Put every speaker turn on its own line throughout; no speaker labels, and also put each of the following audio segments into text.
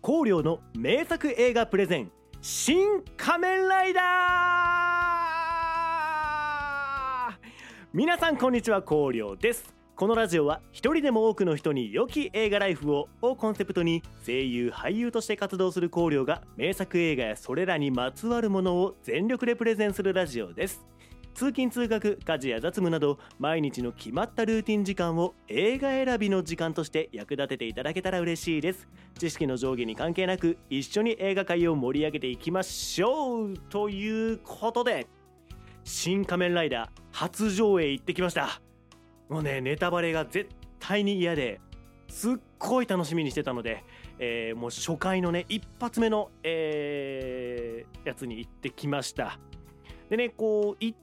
光陵の名作映画プレゼン新仮面ライダー。皆さんこんにちは、光陵です。このラジオは一人でも多くの人に良き映画ライフをコンセプトに声優俳優として活動する光陵が名作映画やそれらにまつわるものを全力でプレゼンするラジオです。通勤通学、家事や雑務など毎日の決まったルーティン時間を映画選びの時間として役立てていただけたら嬉しいです。知識の上下に関係なく一緒に映画界を盛り上げていきましょうということで、新仮面ライダー初上映行ってきました。もうね、ネタバレが絶対に嫌ですっごい楽しみにしてたので、もう初回のね一発目の、やつに行ってきました。でね、こう行って、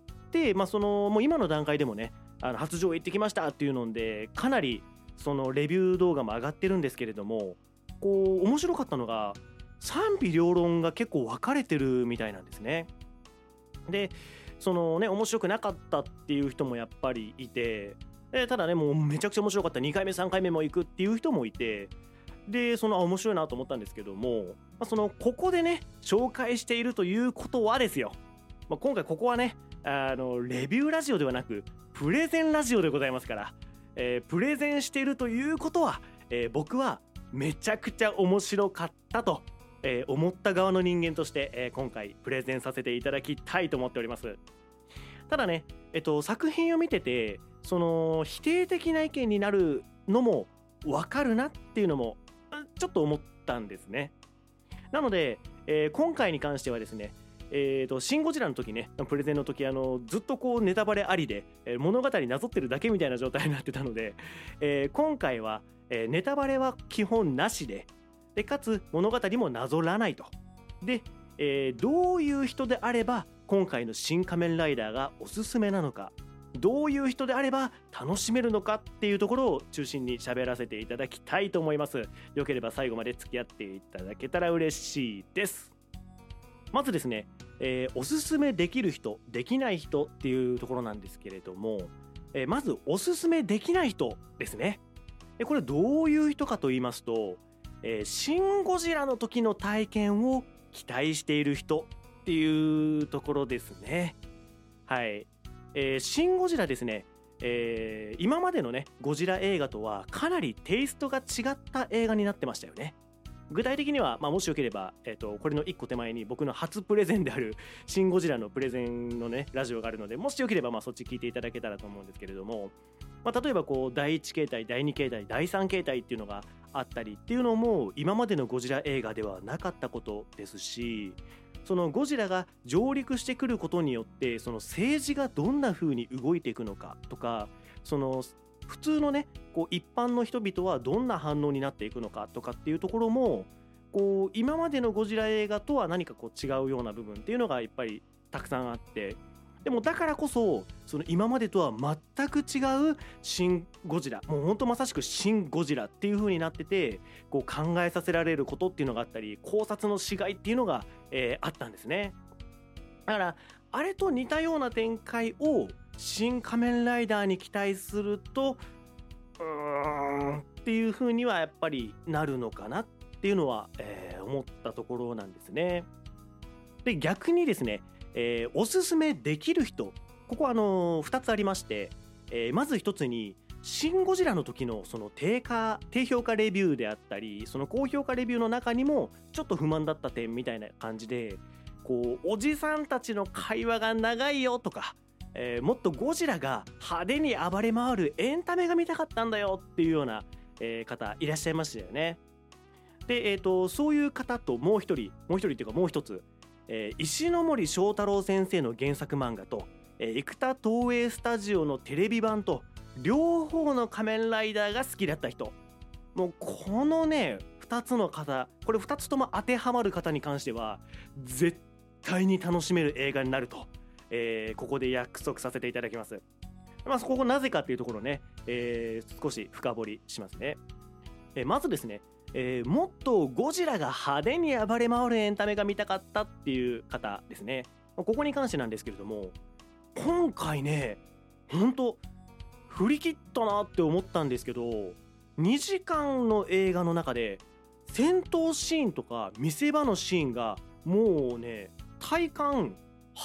もう今の段階でもね、初上映行ってきましたっていうのでかなりそのレビュー動画も上がってるんですけれども、こう面白かったのが賛否両論が結構分かれてるみたいなんですね。でそのね、面白くなかったっていう人もやっぱりいて、ただね、もうめちゃくちゃ面白かった、2回目3回目も行くっていう人もいて、で面白いなと思ったんですけども、ここでね紹介しているということはですよ、今回ここはねレビューラジオではなくプレゼンラジオでございますから、プレゼンしているということは、僕はめちゃくちゃ面白かったと、思った側の人間として、今回プレゼンさせていただきたいと思っております。ただね、作品を見ててその否定的な意見になるのも分かるなっていうのもちょっと思ったんですね。なので、今回に関してはですね、シン・ゴジラの時ね、プレゼンの時ずっとこうネタバレありで、物語なぞってるだけみたいな状態になってたので、今回は、ネタバレは基本なしで、かつ物語もなぞらないと。で、どういう人であれば今回の新仮面ライダーがおすすめなのか、どういう人であれば楽しめるのかっていうところを中心に喋らせていただきたいと思います。よければ最後まで付き合っていただけたら嬉しいです。まずですね、おすすめできる人できない人っていうところなんですけれども、まずおすすめできない人ですね。これどういう人かと言いますと、シン・ゴジラの時の体験を期待している人っていうところですね。はい、シン・ゴジラですね、今までのねゴジラ映画とはかなりテイストが違った映画になってましたよね。具体的には、もしよければ、これの1個手前に僕の初プレゼンであるシン・ゴジラのプレゼンのねラジオがあるので、もしよければそっち聞いていただけたらと思うんですけれども、例えばこう第1形態第2形態第3形態っていうのがあったりっていうのも今までのゴジラ映画ではなかったことですし、そのゴジラが上陸してくることによってその政治がどんな風に動いていくのかとか、その普通のねこう一般の人々はどんな反応になっていくのかとかっていうところも、こう今までのゴジラ映画とは何かこう違うような部分っていうのがやっぱりたくさんあって、でもだからこそその今までとは全く違う新ゴジラ、もうほんとまさしく新ゴジラっていう風になってて、こう考えさせられることっていうのがあったり、考察のしがいっていうのが、あったんですね。だからあれと似たような展開を新仮面ライダーに期待するとっていう風にはやっぱりなるのかなっていうのは、思ったところなんですね。で逆にですね、おすすめできる人、ここは2つありまして、まず1つにシン・ゴジラの時のその低評価レビューであったり、その高評価レビューの中にもちょっと不満だった点みたいな感じで、こうおじさんたちの会話が長いよとか、もっとゴジラが派手に暴れ回るエンタメが見たかったんだよっていうような、方いらっしゃいましたよね。で、そういう方ともう一人っていうかもう一つ、石ノ森章太郎先生の原作漫画と、生田東映スタジオのテレビ版と両方の仮面ライダーが好きだった人、もうこのね2つの方、これ2つとも当てはまる方に関しては絶対に楽しめる映画になると、ここで約束させていただきます。ここなぜかっていうところね、少し深掘りしますね。まずですね、もっとゴジラが派手に暴れ回るエンタメが見たかったっていう方ですね。ここに関してなんですけれども、今回ねほんと振り切ったなって思ったんですけど、2時間の映画の中で戦闘シーンとか見せ場のシーンがもうね体感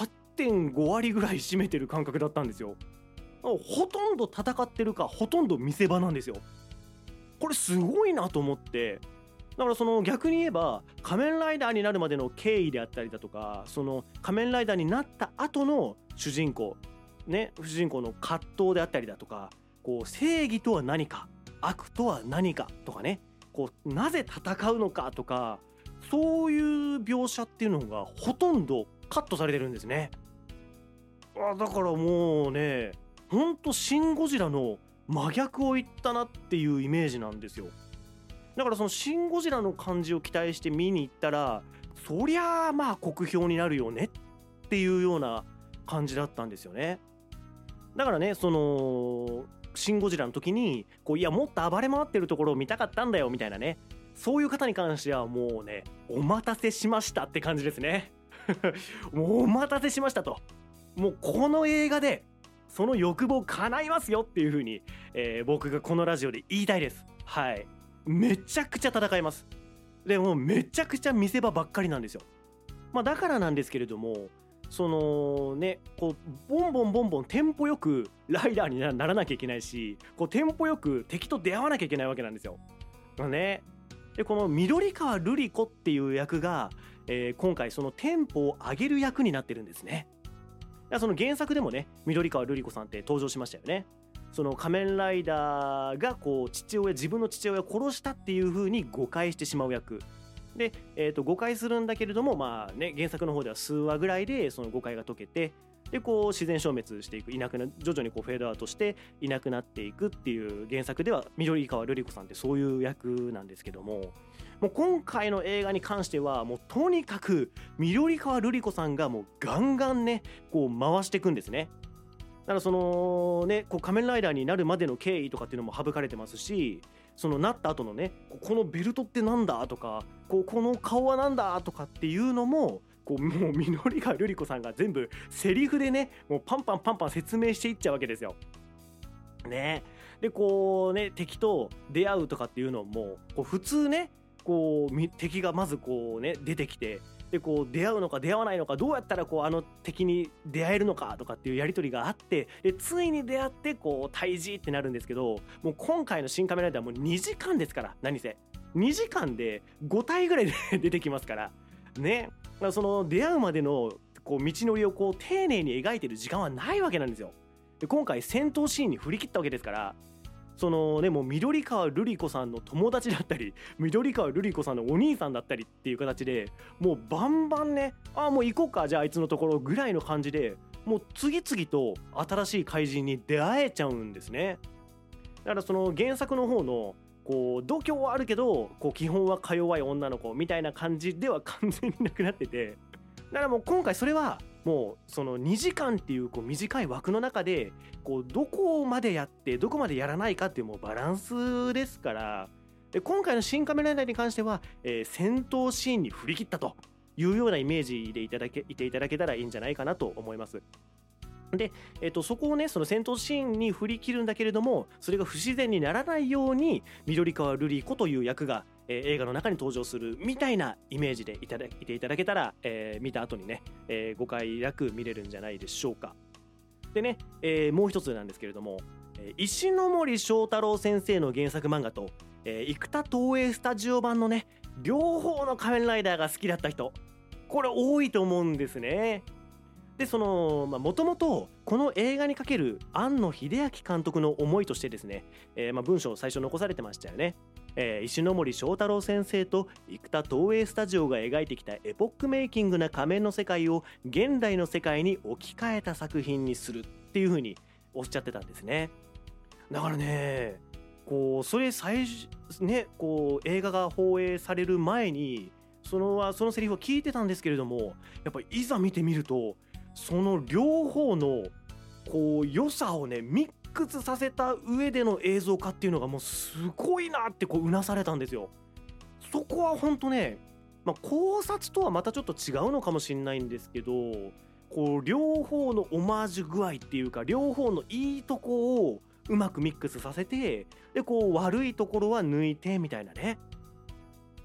8.5 割ぐらい占めてる感覚だったんですよ。ほとんど戦ってるかほとんど見せ場なんですよ。これすごいなと思って、だからその逆に言えば仮面ライダーになるまでの経緯であったりだとか、その仮面ライダーになった後の主人公の葛藤であったりだとか、こう正義とは何か悪とは何かとかね、こうなぜ戦うのかとか、そういう描写っていうのがほとんどカットされてるんですね。だからもうね、ほんとシン・ゴジラの真逆を言ったなっていうイメージなんですよ。だからそのシン・ゴジラの感じを期待して見に行ったら、そりゃあまあ酷評になるよねっていうような感じだったんですよね。だからね、そのシン・ゴジラの時にこう、いやもっと暴れ回ってるところを見たかったんだよみたいなね、そういう方に関してはもうね、お待たせしましたって感じですね。もうお待たせしましたと、もうこの映画でその欲望叶いますよっていう風に、僕がこのラジオで言いたいです。はい、めちゃくちゃ戦います。でもめちゃくちゃ見せ場ばっかりなんですよ。だからなんですけれども、そのね、こうボンボンボンボンテンポよくライダーにならなきゃいけないし、こうテンポよく敵と出会わなきゃいけないわけなんですよ。ね、でこの緑川瑠璃子っていう役が、今回そのテンポを上げる役になってるんですね。その原作でもね、緑川瑠璃子さんって登場しましたよね。その仮面ライダーがこう自分の父親を殺したっていう風に誤解してしまう役で、誤解するんだけれども、まあね、原作の方では数話ぐらいでその誤解が解けて、でこう自然消滅していく、徐々にこうフェードアウトしていなくなっていくっていう原作では緑川瑠璃子さんってそういう役なんですけども、もう今回の映画に関してはもうとにかく緑川瑠璃子さんがもうガンガンねこう回していくんですね。だからそのね、こう仮面ライダーになるまでの経緯とかっていうのも省かれてますし、そのなった後のね、このベルトってなんだとか、この顔はなんだとかっていうのももう緑川瑠璃子さんが全部セリフでね、もうパンパン説明していっちゃうわけですよ。ね、でこうね、敵と出会うとかっていうのもこう普通ね、こう敵がまずこうね出てきて、でこう出会うのか出会わないのか、どうやったらこうあの敵に出会えるのかとかっていうやり取りがあって、でついに出会ってこう対峙ってなるんですけど、もう今回の新仮面ライダーもう2時間ですから、何せ2時間で5体ぐらいで出てきますからね。その出会うまでのこう道のりをこう丁寧に描いてる時間はないわけなんですよ。で今回戦闘シーンに振り切ったわけですから、そのね、もう緑川瑠璃子さんの友達だったり、緑川瑠璃子さんのお兄さんだったりっていう形で、もうバンバンね、もう行こうかじゃああいつのところぐらいの感じで、もう次々と新しい怪人に出会えちゃうんですね。だからその原作の方のこう度胸はあるけど、こう基本はか弱い女の子みたいな感じでは完全になくなってて、だからもう今回それはもうその2時間っていう短い枠の中でこうどこまでやってどこまでやらないかっていうもうバランスですから、で今回の新仮面ライダーに関しては、戦闘シーンに振り切ったというようなイメージでいていただけたらいいんじゃないかなと思います。で、そこをね、その戦闘シーンに振り切るんだけれども、それが不自然にならないように緑川瑠璃子という役が、映画の中に登場するみたいなイメージでいていただけたら、見た後にね、誤解なく見れるんじゃないでしょうか。でね、もう一つなんですけれども、石ノ森章太郎先生の原作漫画と、生田東映スタジオ版のね両方の仮面ライダーが好きだった人、これ多いと思うんですね。でそのもともとこの映画にかける庵野秀明監督の思いとしてですね、文章を最初残されてましたよね。石ノ森章太郎先生と生田東映スタジオが描いてきたエポックメイキングな仮面の世界を現代の世界に置き換えた作品にするっていう風におっしゃってたんですね。だからね、こうそれね、こう映画が放映される前にそのセリフを聞いてたんですけれども、やっぱりいざ見てみるとその両方のこう良さをねミックスさせた上での映像化っていうのがもうすごいなってこううなされたんですよ。そこは本当ね、考察とはまたちょっと違うのかもしれないんですけど、こう両方のオマージュ具合っていうか、両方のいいとこをうまくミックスさせて、でこう悪いところは抜いてみたいなね。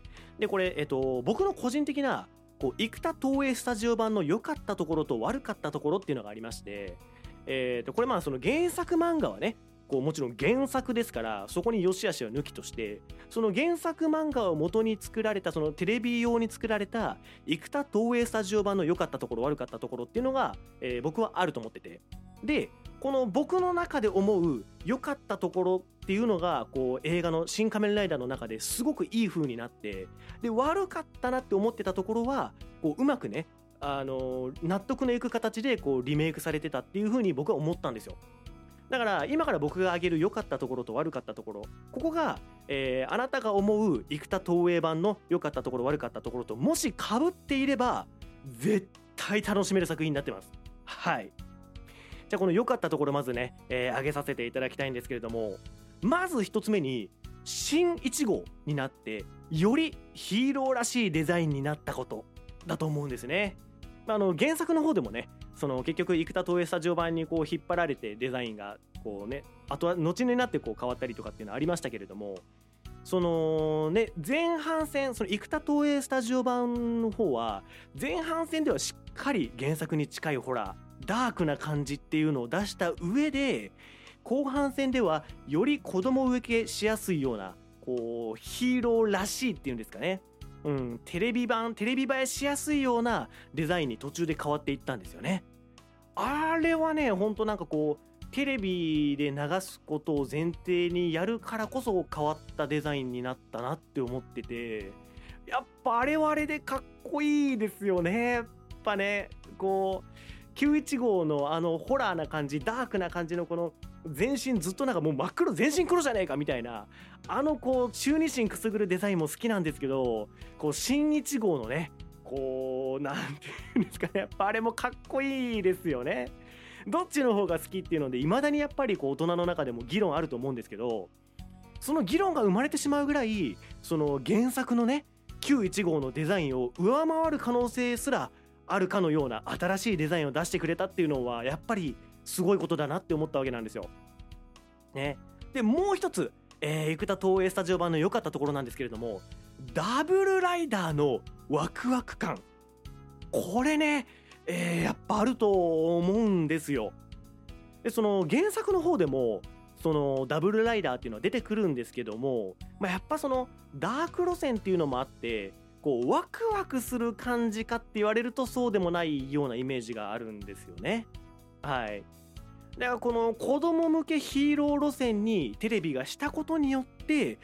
でこれ、僕の個人的な生田東映スタジオ版の良かったところと悪かったところっていうのがありまして、これその原作漫画はねもちろん原作ですから、そこに良し悪しは抜きとして、その原作漫画を元に作られたそのテレビ用に作られた生田東映スタジオ版の良かったところ悪かったところっていうのが、僕はあると思ってて、でこの僕の中で思う良かったところっていうのが映画の新仮面ライダーの中ですごくいい風になって、で悪かったなって思ってたところはうまくね納得のいく形でリメイクされてたっていう風に僕は思ったんですよ。だから今から僕が挙げる良かったところと悪かったところ、ここが、あなたが思う生田東映版の良かったところ悪かったところともし被っていれば絶対楽しめる作品になってます。はい。じゃあこの良かったところまずね、挙げさせていただきたいんですけれども、まず一つ目に新1号になってよりヒーローらしいデザインになったことだと思うんですね。原作の方でもね、その結局生田東映スタジオ版に引っ張られてデザインがあとは後になって変わったりとかっていうのはありましたけれども、そのね前半戦、その生田東映スタジオ版の方は前半戦ではしっかり原作に近いホラーダークな感じっていうのを出した上で、後半戦ではより子供受けしやすいようなヒーローらしいっていうんですかね、テレビ映えしやすいようなデザインに途中で変わっていったんですよね。あれはねほんとテレビで流すことを前提にやるからこそ変わったデザインになったなって思ってて、やっぱあれはあれでかっこいいですよね。やっぱね915のホラーな感じ、ダークな感じのこの全身ずっともう真っ黒、全身黒じゃねえかみたいな中二心くすぐるデザインも好きなんですけど、新1号のねなんていうんですかね、やっぱあれもかっこいいですよね。どっちの方が好きっていうので未だにやっぱり大人の中でも議論あると思うんですけど、その議論が生まれてしまうぐらいその原作のね915号のデザインを上回る可能性すらあるかのような新しいデザインを出してくれたっていうのはやっぱりすごいことだなって思ったわけなんですよ。ね。でもう一つ、生田東映スタジオ版の良かったところなんですけれども、ダブルライダーのワクワク感、これね、やっぱあると思うんですよ。でその原作の方でもそのダブルライダーっていうのは出てくるんですけども、やっぱそのダーク路線っていうのもあってワクワクする感じかって言われるとそうでもないようなイメージがあるんですよね。はい。だからこの子供向けヒーロー路線にテレビがしたことによって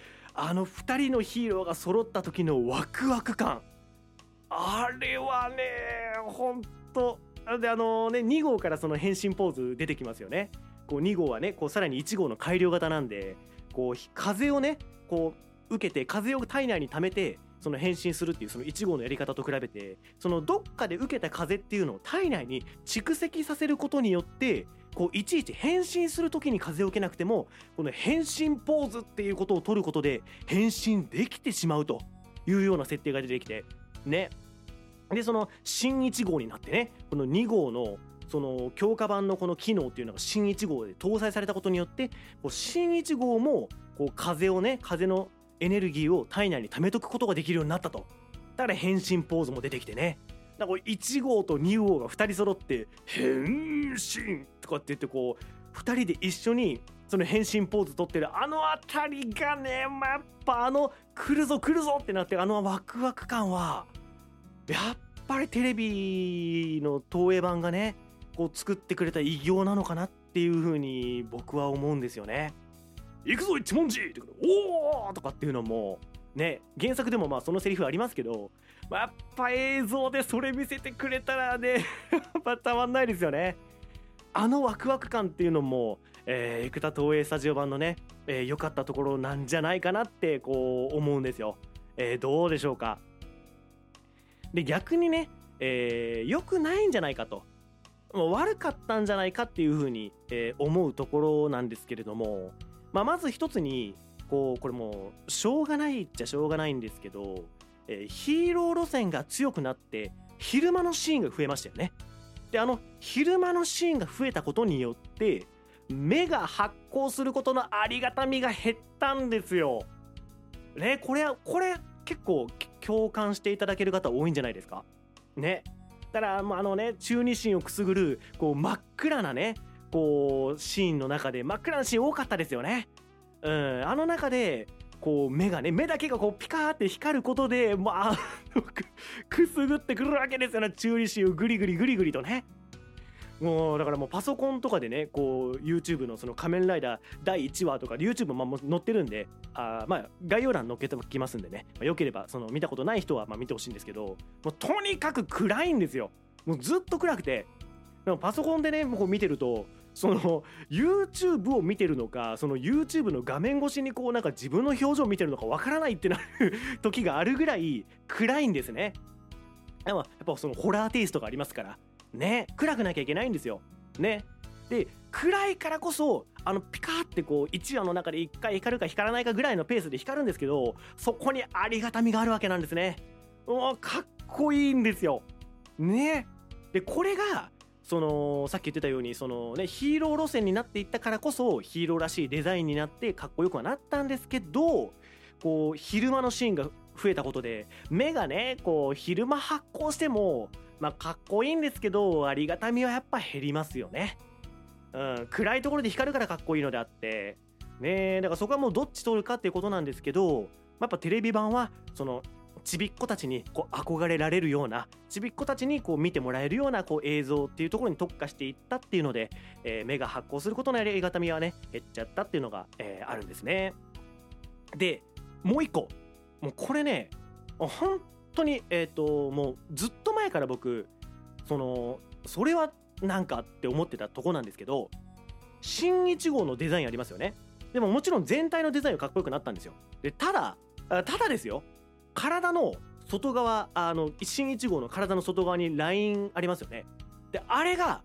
2人のヒーローが揃った時のワクワク感、あれはねほんとで2号からその変身ポーズ出てきますよね。2号はねさらに1号の改良型なんで風をね受けて風を体内に溜めてその変身するっていうその1号のやり方と比べて、そのどっかで受けた風っていうのを体内に蓄積させることによっていちいち変身する時に風を受けなくてもこの変身ポーズっていうことを取ることで変身できてしまうというような設定が出てきてね。でその新1号になってね、この2号のその強化版のこの機能っていうのが新1号で搭載されたことによって新1号も風のエネルギーを体内に溜めとくことができるようになったと。だから変身ポーズも出てきてね、だから1号と2号が2人揃って変身とかって言って2人で一緒にその変身ポーズ取ってるあたりがね、やっぱ来るぞ来るぞってなってワクワク感はやっぱりテレビの東映版がね作ってくれた偉業なのかなっていう風に僕は思うんですよね。行くぞ一文字っておーとかっていうのもね、原作でもそのセリフありますけど、やっぱ映像でそれ見せてくれたらねやっぱたまんないですよね。ワクワク感っていうのも、生田東映スタジオ版のね、良かったところなんじゃないかなって思うんですよ。どうでしょうか。で逆にね、良くないんじゃないかと、悪かったんじゃないかっていう風に、思うところなんですけれども、まず一つにこれもうしょうがないっちゃしょうがないんですけど、ヒーロー路線が強くなって昼間のシーンが増えましたよね。で昼間のシーンが増えたことによって目が発光することのありがたみが減ったんですよ。ね、これ結構共感していただける方多いんじゃないですかね。だから中二心をくすぐるこう真っ暗なねこうシーンの中で真っ暗なシーン多かったですよね。あの中でこう目だけがこうピカーって光ることでくすぐってくるわけですよね。中二心をグリグリとね。もうだからもうパソコンとかでねこう YouTube のその仮面ライダー第1話とか YouTube も載ってるんで概要欄載っけておきますんでね、よければその見たことない人は見てほしいんですけど、もうとにかく暗いんですよ。もうずっと暗くて、でもパソコンでねこう見てるとその YouTube を見てるのかその YouTube の画面越しにこうなんか自分の表情を見てるのかわからないってなる時があるぐらい暗いんですね。でもやっぱそのホラーテイストがありますからね、暗くなきゃいけないんですよね。で暗いからこそピカーってこう1話の中で1回光るか光らないかぐらいのペースで光るんですけど、そこにありがたみがあるわけなんですね。かっこいいんですよね。でこれがそのさっき言ってたようにそのねヒーロー路線になっていったからこそヒーローらしいデザインになってかっこよくはなったんですけど、こう昼間のシーンが増えたことで目がねこう昼間発光してもかっこいいんですけどありがたみはやっぱ減りますよね。暗いところで光るからかっこいいのであってね、だからそこはもうどっち取るかっていうことなんですけど、やっぱテレビ版はそのちびっ子たちにこう憧れられるようなちびっ子たちにこう見てもらえるようなこう映像っていうところに特化していったっていうので、目が発光することのありがたみはね減っちゃったっていうのが、あるんですね。でもう一個もうこれね本当にもうずっと前から僕それはなんかって思ってたとこなんですけど、新1号のデザインありますよね。でももちろん全体のデザインはかっこよくなったんですよ。でただですよ、体の外側新1号の体の外側にラインありますよね。であれが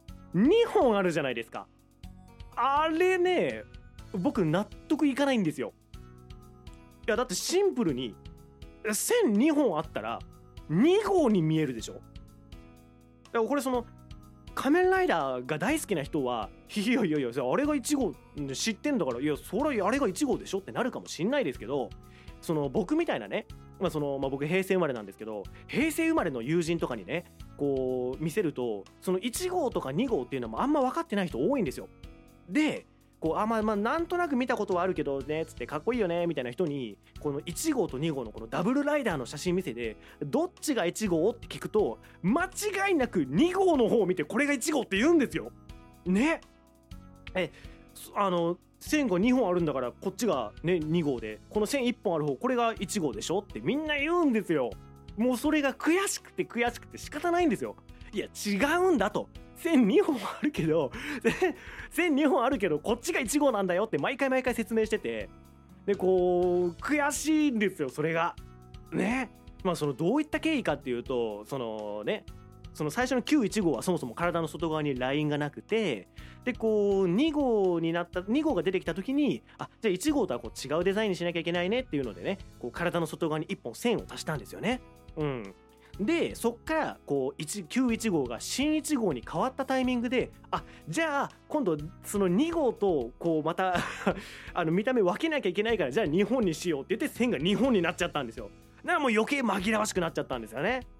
2本あるじゃないですか。あれね僕納得いかないんですよ。いやだってシンプルに線2本あったら2号に見えるでしょ。だからこれその仮面ライダーが大好きな人はいやあれが1号知ってんだから、いやそれあれが1号でしょってなるかもしんないですけど、その僕みたいなね僕平成生まれなんですけど、平成生まれの友人とかにねこう見せるとその1号とか2号っていうのもあんま分かってない人多いんですよ。でこうなんとなく見たことはあるけどねつってかっこいいよねみたいな人にこの1号と2号のこのダブルライダーの写真見せてどっちが1号って聞くと間違いなく2号の方を見てこれが1号って言うんですよね。線が2本あるんだからこっちがね2号でこの線1本ある方これが1号でしょってみんな言うんですよ。もうそれが悔しくて仕方ないんですよ。いや違うんだと、線2本あるけど線2本あるけどこっちが1号なんだよって毎回説明してて、でこう悔しいんですよそれがね。そのどういった経緯かっていうとその最初の915号はそもそも体の外側にラインがなくて、でこう2号が出てきた時にじゃあ1号とはこう違うデザインにしなきゃいけないねっていうのでねこう体の外側に1本線を足したんですよね。でそっからこう915号が新1号に変わったタイミングでじゃあ今度その2号とこうまた見た目分けなきゃいけないからじゃあ2本にしようって言って線が2本になっちゃったんですよ。だからもう余計紛らわしくなっちゃったんですよね。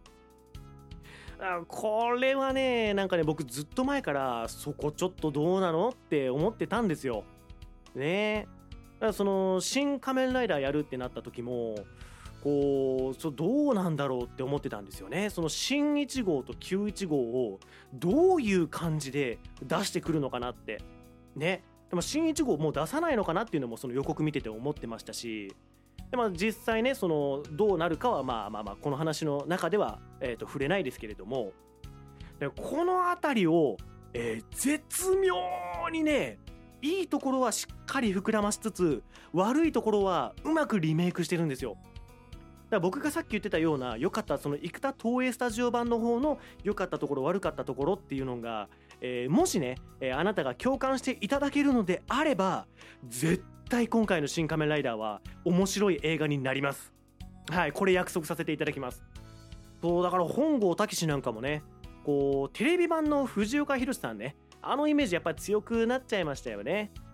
これはねなんかね僕ずっと前からそこちょっとどうなのって思ってたんですよね。だからその新仮面ライダーやるってなった時もこうどうなんだろうって思ってたんですよね。その新1号と915号をどういう感じで出してくるのかなってね。でも新1号もう出さないのかなっていうのもその予告見てて思ってましたし、で実際ねそのどうなるかはこの話の中では、触れないですけれども、でこの辺りを、絶妙にねいいところはしっかり膨らましつつ悪いところはうまくリメイクしてるんですよ。だから僕がさっき言ってたような良かったその生田東映スタジオ版の方の良かったところ悪かったところっていうのが、もしね、あなたが共感していただけるのであれば絶対今回の新仮面ライダーは面白い映画になります。はい、これ約束させていただきます。そうだから本郷猛なんかもねこうテレビ版の藤岡弘さんねイメージやっぱり強くなっちゃいましたよね。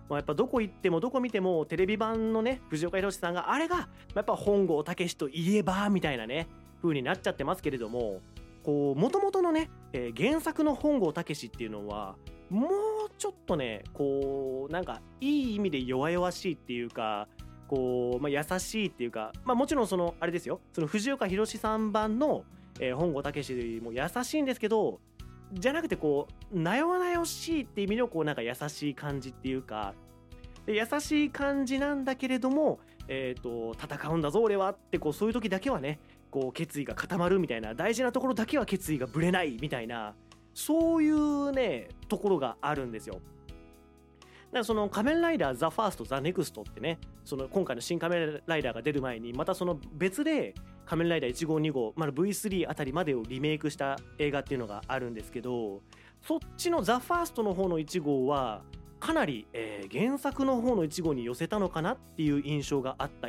やっぱどこ行ってもどこ見てもテレビ版のね藤岡弘さんがあれがやっぱ本郷猛といえばみたいなね風になっちゃってますけれども、こう元々のね、原作の本郷猛っていうのはもうちょっとねこうなんかいい意味で弱々しいっていうか、こう、優しいっていうか、もちろんそのあれですよ、その藤岡弘さん版の、本郷猛も優しいんですけど、じゃなくてこうなよなよしいっていう意味のこうなんか優しい感じっていうか、で優しい感じなんだけれども、戦うんだぞ俺はってこうそういう時だけはねこう決意が固まるみたいな、大事なところだけは決意がぶれないみたいな、そういうねところがあるんですよ。だからその仮面ライダーザ・ファースト・ザ・ネクストってね、その今回の新仮面ライダーが出る前にまたその別で仮面ライダー1号2号、V3 あたりまでをリメイクした映画っていうのがあるんですけど、そっちのザ・ファーストの方の1号はかなり、原作の方の1号に寄せたのかなっていう印象があった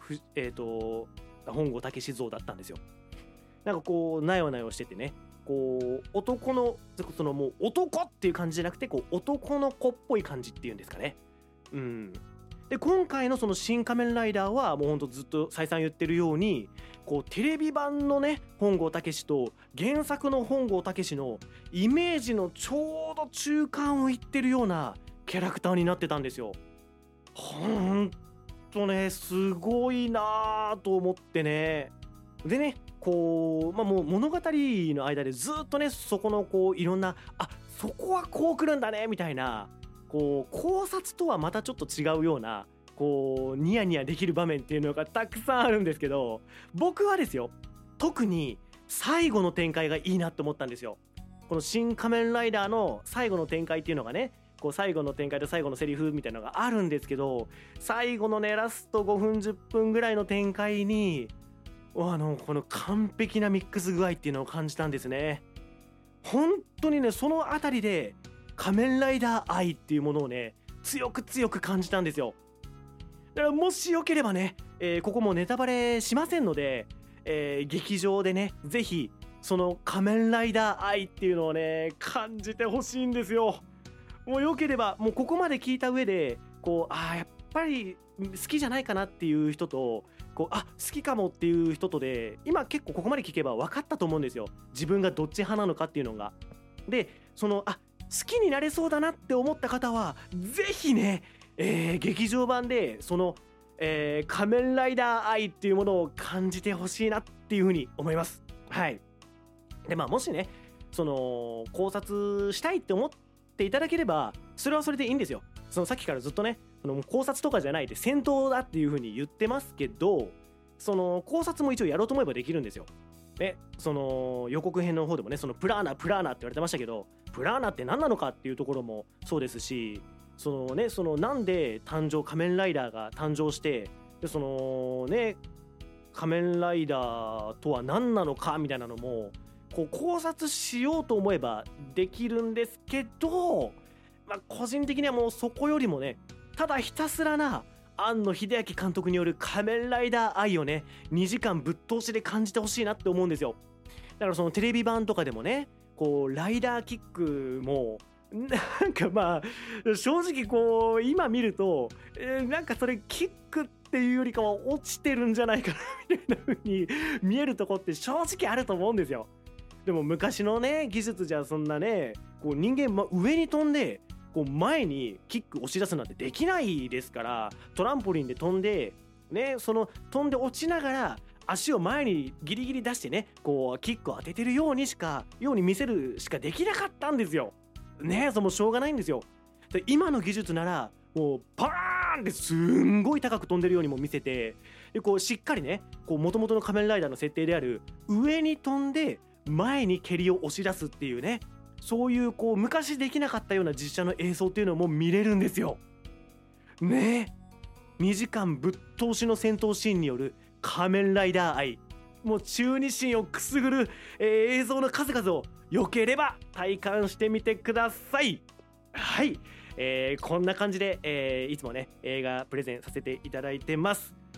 本郷猛像だったんですよ。なんかこうなよなよしててね、こう男のそのもう男っていう感じじゃなくてこう男の子っぽい感じっていうんですかね。で今回のその新仮面ライダーはもうほんとずっと再三言ってるように、こうテレビ版のね本郷猛と原作の本郷猛のイメージのちょうど中間をいってるようなキャラクターになってたんですよ。ほんとねすごいなぁと思ってね。でねこうもう物語の間でずっとねそこのこういろんなそこはこう来るんだねみたいな、こう考察とはまたちょっと違うようなこうニヤニヤできる場面っていうのがたくさんあるんですけど、僕はですよ特に最後の展開がいいなと思ったんですよ。この新仮面ライダーの最後の展開っていうのがね、こう最後の展開と最後のセリフみたいなのがあるんですけど、最後のねラスト5分10分ぐらいの展開にこの完璧なミックス具合っていうのを感じたんですね。本当にねそのあたりで仮面ライダー愛っていうものをね強く感じたんですよ。だからもしよければね、ここもネタバレしませんので、劇場でねぜひその仮面ライダー愛っていうのをね感じてほしいんですよ。もうよければもうここまで聞いた上でこうやっぱり好きじゃないかなっていう人とこう好きかもっていう人とで今結構ここまで聞けば分かったと思うんですよ、自分がどっち派なのかっていうのが。でその好きになれそうだなって思った方はぜひね、劇場版でその、仮面ライダー愛っていうものを感じてほしいなっていうふうに思います。はい。でもしねその考察したいって思っていただければそれはそれでいいんですよ。そのさっきからずっとねその考察とかじゃないで戦闘だっていう風に言ってますけど、その考察も一応やろうと思えばできるんですよ。その予告編の方でもねそのプラーナって言われてましたけど、プラーナって何なのかっていうところもそうですし、そのなんで仮面ライダーが誕生して、でそのね仮面ライダーとは何なのかみたいなのもこう考察しようと思えばできるんですけど、個人的にはもうそこよりもねただひたすらな庵野秀明監督による仮面ライダー愛をね2時間ぶっ通しで感じてほしいなって思うんですよ。だからそのテレビ版とかでもねこうライダーキックもなんか正直こう今見ると、なんかそれキックっていうよりかは落ちてるんじゃないかなみたいな風に見えるとこって正直あると思うんですよ。でも昔のね技術じゃそんなねこう人間、上に飛んでこう前にキック押し出すなんてできないですから、トランポリンで飛んでねその飛んで落ちながら足を前にギリギリ出してねこうキックを当ててるように見せるしかできなかったんですよね。もうしょうがないんですよ。で今の技術ならもうパーンってすんごい高く飛んでるようにも見せて、でこうしっかりね元々の仮面ライダーの設定である上に飛んで前に蹴りを押し出すっていうね、そういうこう昔できなかったような実写の映像っていうのも見れるんですよね。2時間ぶっ通しの戦闘シーンによる仮面ライダー愛、もう中二心をくすぐる、映像の数々をよければ体感してみてください。はい、こんな感じで、いつもね映画プレゼンさせていただいてます。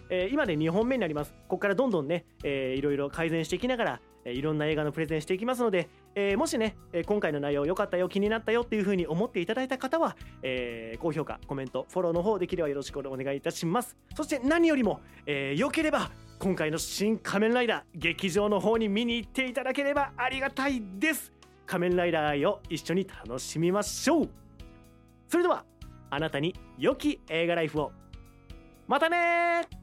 今で2本目になります。ここからどんどんね、いろいろ改善していきながら、いろんな映画のプレゼンしていきますので、もしね、今回の内容良かったよ、気になったよっていう風に思っていただいた方は、高評価、コメント、フォローの方できればよろしくお願いいたします。そして何よりも、良ければ今回の新仮面ライダー劇場の方に見に行っていただければありがたいです。仮面ライダー愛を一緒に楽しみましょう。それではあなたに良き映画ライフを。またねー。